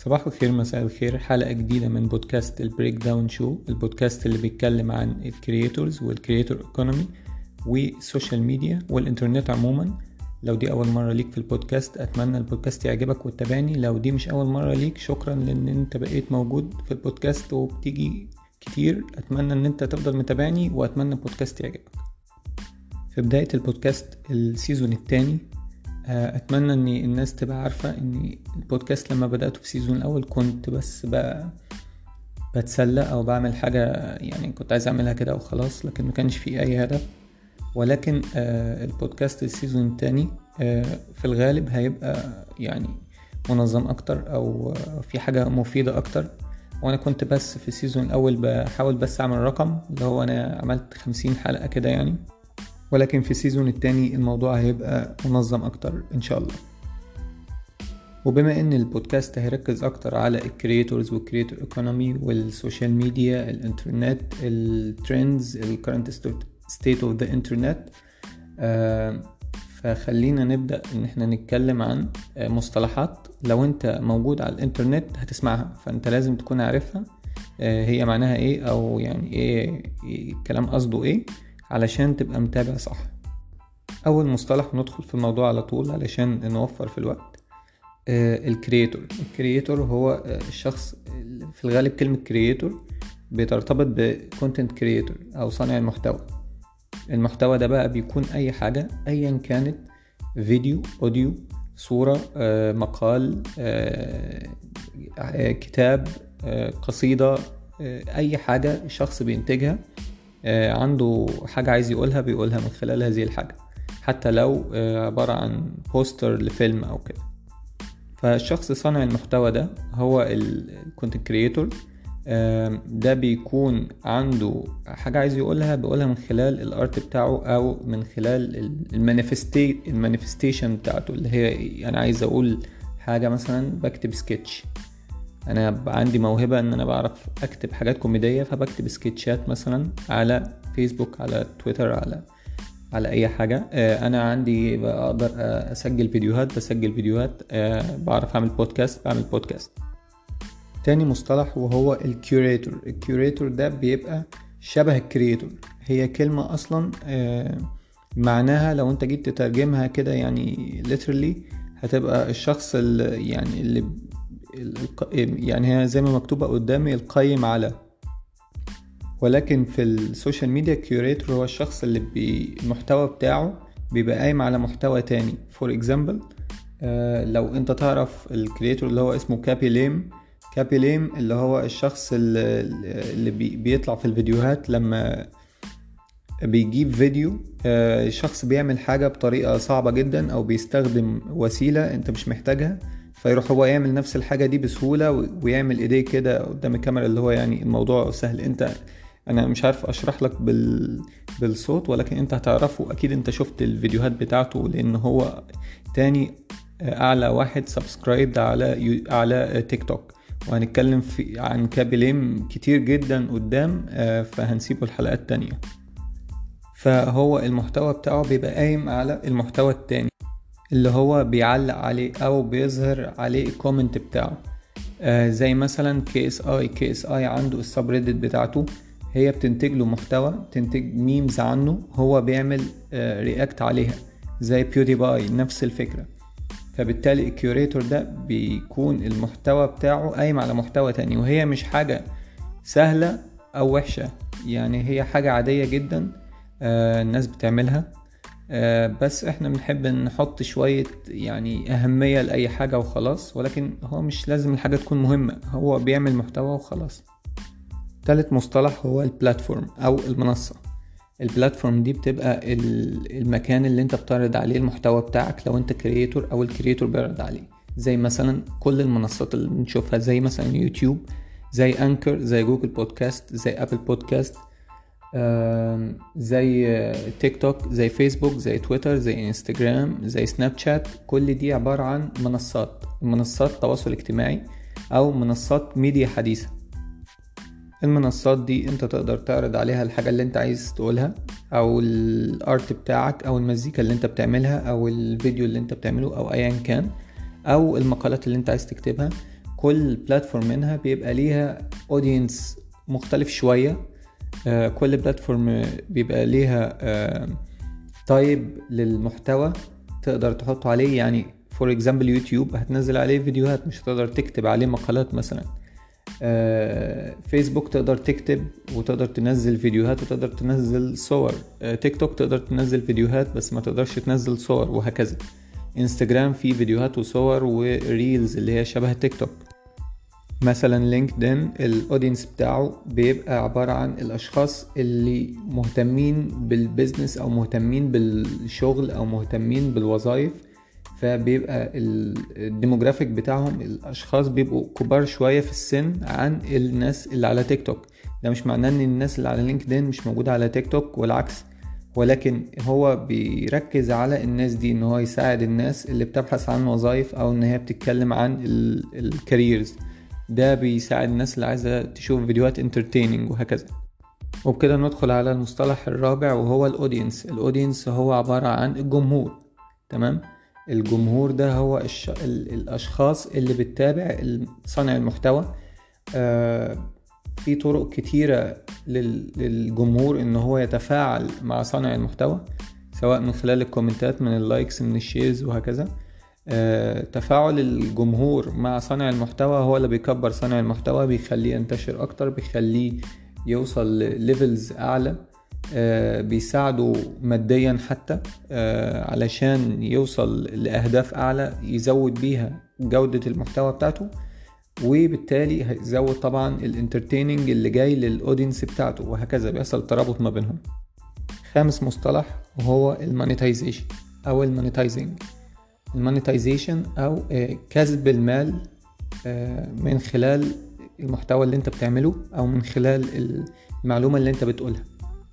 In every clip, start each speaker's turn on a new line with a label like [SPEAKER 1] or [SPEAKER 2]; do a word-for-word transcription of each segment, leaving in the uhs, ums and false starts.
[SPEAKER 1] صباح الخير، مساء الخير. حلقة جديدة من بودكاست البريك داون شو، البودكاست اللي بيتكلم عن الكرياتورز والكرياتور ايكونومي والسوشيال ميديا والانترنت عموما. لو دي اول مرة ليك في البودكاست اتمنى البودكاست يعجبك وتتابعني. لو دي مش اول مرة ليك شكرا لان انت بقيت موجود في البودكاست وبتيجي كتير. اتمنى ان انت تفضل متابعني واتمنى البودكاست يعجبك. في بداية البودكاست السيزون الثاني اتمنى ان الناس تبقى عارفة ان البودكاست لما بدأته في السيزون الاول كنت بس ب... بتسلى او بعمل حاجة، يعني كنت عايز اعملها كده وخلاص، لكن ما كانش فيه اي هدف. ولكن آه البودكاست السيزون الثاني آه في الغالب هيبقى يعني منظم اكتر او آه في حاجة مفيدة اكتر. وانا كنت بس في السيزون الاول بحاول بس اعمل رقم اللي هو انا عملت خمسين حلقة كده يعني، ولكن في السيزون الثاني الموضوع هيبقى منظم اكتر ان شاء الله. وبما ان البودكاست هيركز اكتر على الكرياتورز والكرياتور ايكونومي والسوشيال ميديا، الانترنت، الترندز، الكرنت ستيت اوف ذا انترنت، فخلينا نبدا ان احنا نتكلم عن آه مصطلحات لو انت موجود على الانترنت هتسمعها، فانت لازم تكون عارفها آه هي معناها ايه، او يعني ايه الكلام قصده ايه، علشان تبقى متابع صح. اول مصطلح ندخل في الموضوع على طول علشان نوفر في الوقت. آه الكرياتور الكرياتور هو آه الشخص، في الغالب كلمة كرياتور بترتبط بكونتنت كرياتور او صانع المحتوى. المحتوى ده بقى بيكون اي حاجة ايا كانت، فيديو، اوديو، صورة، آه مقال، آه آه كتاب، آه قصيدة، آه اي حاجة شخص بينتجها، آه عنده حاجة عايز يقولها بيقولها من خلال هذه الحاجة، حتى لو آه عبارة عن بوستر لفيلم أو كده. فالشخص صانع المحتوى ده هو الكونتنت كرياتور. آه ده بيكون عنده حاجة عايز يقولها بيقولها من خلال الارت بتاعه أو من خلال المانيفستيشن بتاعته، اللي هي أنا عايز أقول حاجة، مثلا بكتب سكتش، انا عندي موهبة ان انا بعرف اكتب حاجات كوميدية، فبكتب سكتشات مثلا على فيسبوك، على تويتر، على على اي حاجة. انا عندي بقدر اسجل فيديوهات بسجل فيديوهات، بعرف اعمل بودكاست بعمل بودكاست. تاني مصطلح وهو الكيوريتور. الكيوريتور ده بيبقى شبه الكرياتور، هي كلمة اصلا معناها لو انت جيت تترجمها كده يعني literally هتبقى الشخص اللي يعني اللي يعني هي زي ما مكتوبة قدامي القيم على. ولكن في السوشيال ميديا كيوريتور هو الشخص اللي المحتوى بتاعه بيبقى قايم على محتوى تاني. فور اكزامبل، آه لو انت تعرف الكرياتور اللي هو اسمه كابي ليم. كابي ليم اللي هو الشخص اللي, اللي بي بيطلع في الفيديوهات لما بيجيب فيديو آه شخص بيعمل حاجة بطريقة صعبة جدا او بيستخدم وسيلة انت مش محتاجها، فيروح هو يعمل نفس الحاجة دي بسهولة ويعمل ايديه كده قدام الكاميرا، اللي هو يعني الموضوع سهل. انت انا مش عارف اشرح لك بال... بالصوت، ولكن انت هتعرفه اكيد، انت شفت الفيديوهات بتاعته، لان هو تاني اعلى واحد سبسكرايب على يو... على تيك توك. وهنتكلم في عن كابيليم كتير جدا قدام، فهنسيبه الحلقات التانية. فهو المحتوى بتاعه بيبقى قايم على المحتوى التاني اللي هو بيعلق عليه او بيظهر عليه الكومنت بتاعه. آه زي مثلا كي اس اي كي اس اي عنده السبريدت بتاعته، هي بتنتج له محتوى، بتنتج ميمز عنه، هو بيعمل آه رياكت عليها. زي بيودي باي نفس الفكرة. فبالتالي الكيوريتور ده بيكون المحتوى بتاعه قايم على محتوى تاني، وهي مش حاجة سهلة او وحشة، يعني هي حاجة عادية جدا آه الناس بتعملها، آه بس احنا بنحب نحط شوية يعني اهمية لأي حاجة وخلاص، ولكن هو مش لازم الحاجة تكون مهمة، هو بيعمل محتوى وخلاص. ثالث مصطلح هو البلاتفورم او المنصة. البلاتفورم دي بتبقى المكان اللي انت بتعرض عليه المحتوى بتاعك لو انت كرياتور او الكرياتور بيعرض عليه. زي مثلا كل المنصات اللي بنشوفها، زي مثلا يوتيوب، زي انكر، زي جوجل بودكاست، زي ابل بودكاست، زي تيك توك، زي فيسبوك، زي تويتر، زي انستجرام، زي سناب شات. كل دي عبارة عن منصات منصات تواصل اجتماعي او منصات ميديا حديثة. المنصات دي انت تقدر تعرض عليها الحاجة اللي انت عايز تقولها، او الارت بتاعك، او المزيكا اللي انت بتعملها، او الفيديو اللي انت بتعمله، او ايا كان، او المقالات اللي انت عايز تكتبها. كل بلاتفورم منها بيبقى ليها اودينس مختلف شوية. آه كل بلاتفورم بيبقى ليها آه تايب للمحتوى تقدر تحطه عليه. يعني فور اكزامبل يوتيوب هتنزل عليه فيديوهات، مش هتقدر تكتب عليه مقالات مثلا. آه فيسبوك تقدر تكتب وتقدر تنزل فيديوهات وتقدر تنزل صور. آه تيك توك تقدر تنزل فيديوهات بس ما تقدرش تنزل صور، وهكذا. انستجرام فيه فيديوهات وصور وريلز اللي هي شبه تيك توك. مثلا لينكدين الاودينس بتاعه بيبقى عبارة عن الاشخاص اللي مهتمين بالبيزنس او مهتمين بالشغل او مهتمين بالوظائف، فبيبقى الديموغرافيك بتاعهم الاشخاص بيبقوا كبار شوية في السن عن الناس اللي على تيك توك. ده مش معناه ان الناس اللي على لينكدين مش موجودة على تيك توك، والعكس، ولكن هو بيركز على الناس دي ان هو يساعد الناس اللي بتبحث عن وظائف او ان هي بتتكلم عن الكاريرز. ده بيساعد الناس اللي عايزة تشوف فيديوهات انترتيننج وهكذا. وبكده ندخل على المصطلح الرابع وهو الاودينس. الاودينس هو عبارة عن الجمهور. تمام. الجمهور ده هو الش... ال... الاشخاص اللي بتتابع صانع المحتوى. آه في طرق كتيرة لل... للجمهور ان هو يتفاعل مع صانع المحتوى، سواء من خلال الكومنتات، من اللايكس، من الشيرز وهكذا. آه تفاعل الجمهور مع صانع المحتوى هو اللي بيكبر صانع المحتوى، بيخليه ينتشر اكتر، بيخليه يوصل لليفلز اعلى. آه بيساعده ماديا حتى آه علشان يوصل لأهداف أعلى يزود بيها جودة المحتوى بتاعته، وبالتالي هيزود طبعا الانترتيننج اللي جاي للأودينس بتاعته، وهكذا بيحصل ترابط ما بينهم. خامس مصطلح وهو المونيتايزيشن أو المونيتايزنج. المونيتايزيشن أو آه كسب المال آه من خلال المحتوى اللي انت بتعمله أو من خلال المعلومة اللي انت بتقولها.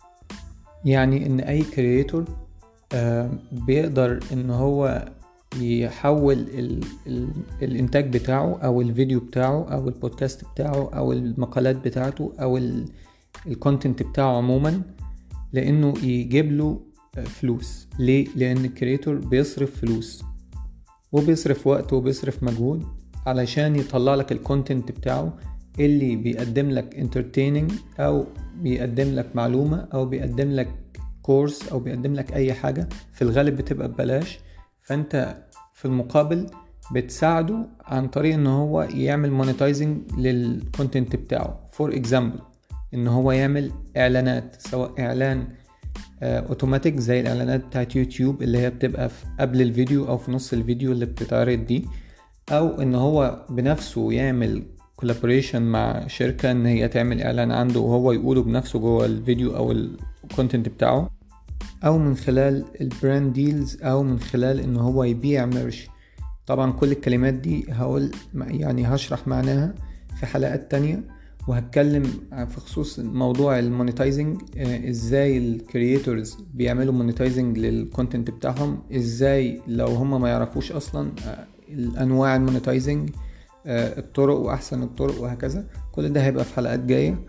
[SPEAKER 1] يعني ان اي كرياتور آه بيقدر ان هو يحول ال ال الانتاج بتاعه او الفيديو بتاعه او البودكاست بتاعه او المقالات بتاعته او الكونتنت بتاعه عموما، لانه يجيب له فلوس. ليه؟ لان الكرياتور بيصرف فلوس وبيصرف وقت وبيصرف مجهود علشان يطلع لك الكونتنت بتاعه اللي بيقدم لك entertaining او بيقدم لك معلومة او بيقدم لك كورس او بيقدم لك اي حاجة، في الغالب بتبقى ببلاش. فانت في المقابل بتساعده عن طريق ان هو يعمل monetizing للكونتنت بتاعه. for example ان هو يعمل اعلانات، سواء اعلان اوتوماتيك uh, زي الاعلانات بتاعت يوتيوب اللي هي بتبقى في قبل الفيديو او في نص الفيديو اللي بتتعرض دي، او ان هو بنفسه يعمل كولابوريشن مع شركة ان هي تعمل اعلان عنده وهو يقوله بنفسه جوه الفيديو او الكونتنت بتاعه، او من خلال البراند ديلز، او من خلال ان هو يبيع ميرش. طبعا كل الكلمات دي هقول يعني هشرح معناها في حلقات تانية، وهتكلم في خصوص موضوع المونيتايزنج، ازاي الكرياتورز بيعملوا مونيتايزنج للكونتنت بتاعهم، ازاي لو هم ما يعرفوش اصلا الانواع المونيتايزنج، الطرق واحسن الطرق وهكذا. كل ده هيبقى في حلقات جاية،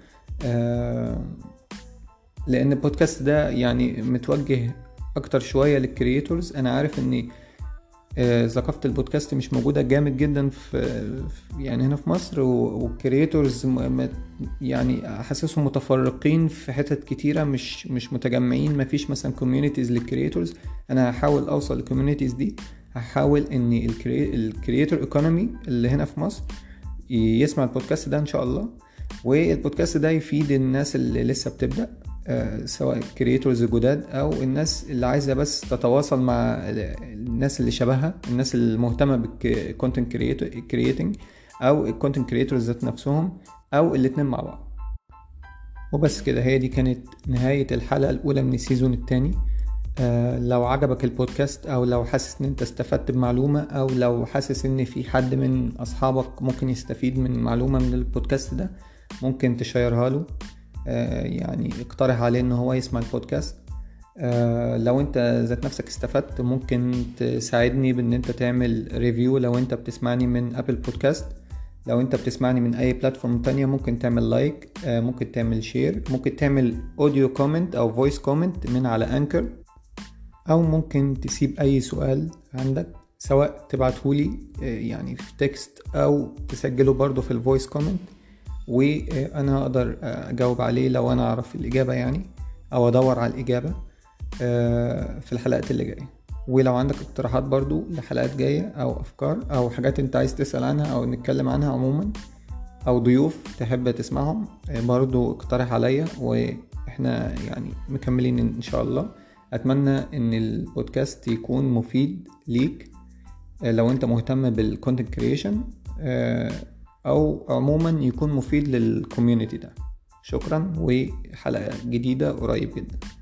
[SPEAKER 1] لان البودكاست ده يعني متوجه اكتر شوية للكرياتورز. انا عارف ان ثقافة البودكاست مش موجودة جامد جدا في يعني هنا في مصر، والكرياتورز يعني احسسهم متفرقين في حتت كتيرة، مش مش متجمعين، مفيش مثلا كوميونيتيز للكرياتورز. انا هحاول اوصل للكوميونيتيز دي، هحاول ان الكرياتور ايكونومي اللي هنا في مصر يسمع البودكاست ده ان شاء الله، والبودكاست ده يفيد الناس اللي لسه بتبدأ، سواء كرياتورز جداد او الناس اللي عايزة بس تتواصل مع الناس اللي شبهها، الناس المهتمة بالكونتنت كرييتنج او الكونتنت كرياتورز ذات نفسهم، او الاتنين مع بعض. وبس كده، هي دي كانت نهاية الحلقة الاولى من السيزون الثاني. آه لو عجبك البودكاست، او لو حاسس ان انت استفدت بمعلومة، او لو حاسس ان في حد من اصحابك ممكن يستفيد من معلومة من البودكاست ده، ممكن تشيرها له. آه يعني اقترح عليه ان هو يسمع البودكاست. آه لو انت ذات نفسك استفدت، ممكن تساعدني بان انت تعمل ريفيو لو انت بتسمعني من ابل بودكاست. لو انت بتسمعني من اي بلاتفورم تانية، ممكن تعمل لايك، آه ممكن تعمل شير، ممكن تعمل اوديو كومنت او فويس كومنت من على انكر، او ممكن تسيب اي سؤال عندك سواء تبعتهولي يعني في تكست او تسجله برضو في الفويس كومنت، وانا اقدر اجاوب عليه لو انا اعرف الاجابة يعني، او ادور على الاجابة في الحلقات اللي جاية. ولو عندك اقتراحات برضو لحلقات جاية او افكار او حاجات انت عايز تسأل عنها او نتكلم عنها عموما، او ضيوف تحب تسمعهم برضو اقترح عليا، واحنا يعني مكملين ان شاء الله. اتمنى ان البودكاست يكون مفيد ليك لو انت مهتم بالكونتنت كرييشن، او عموما يكون مفيد للكوميونتي ده. شكرا، وحلقة جديدة قريب جدا.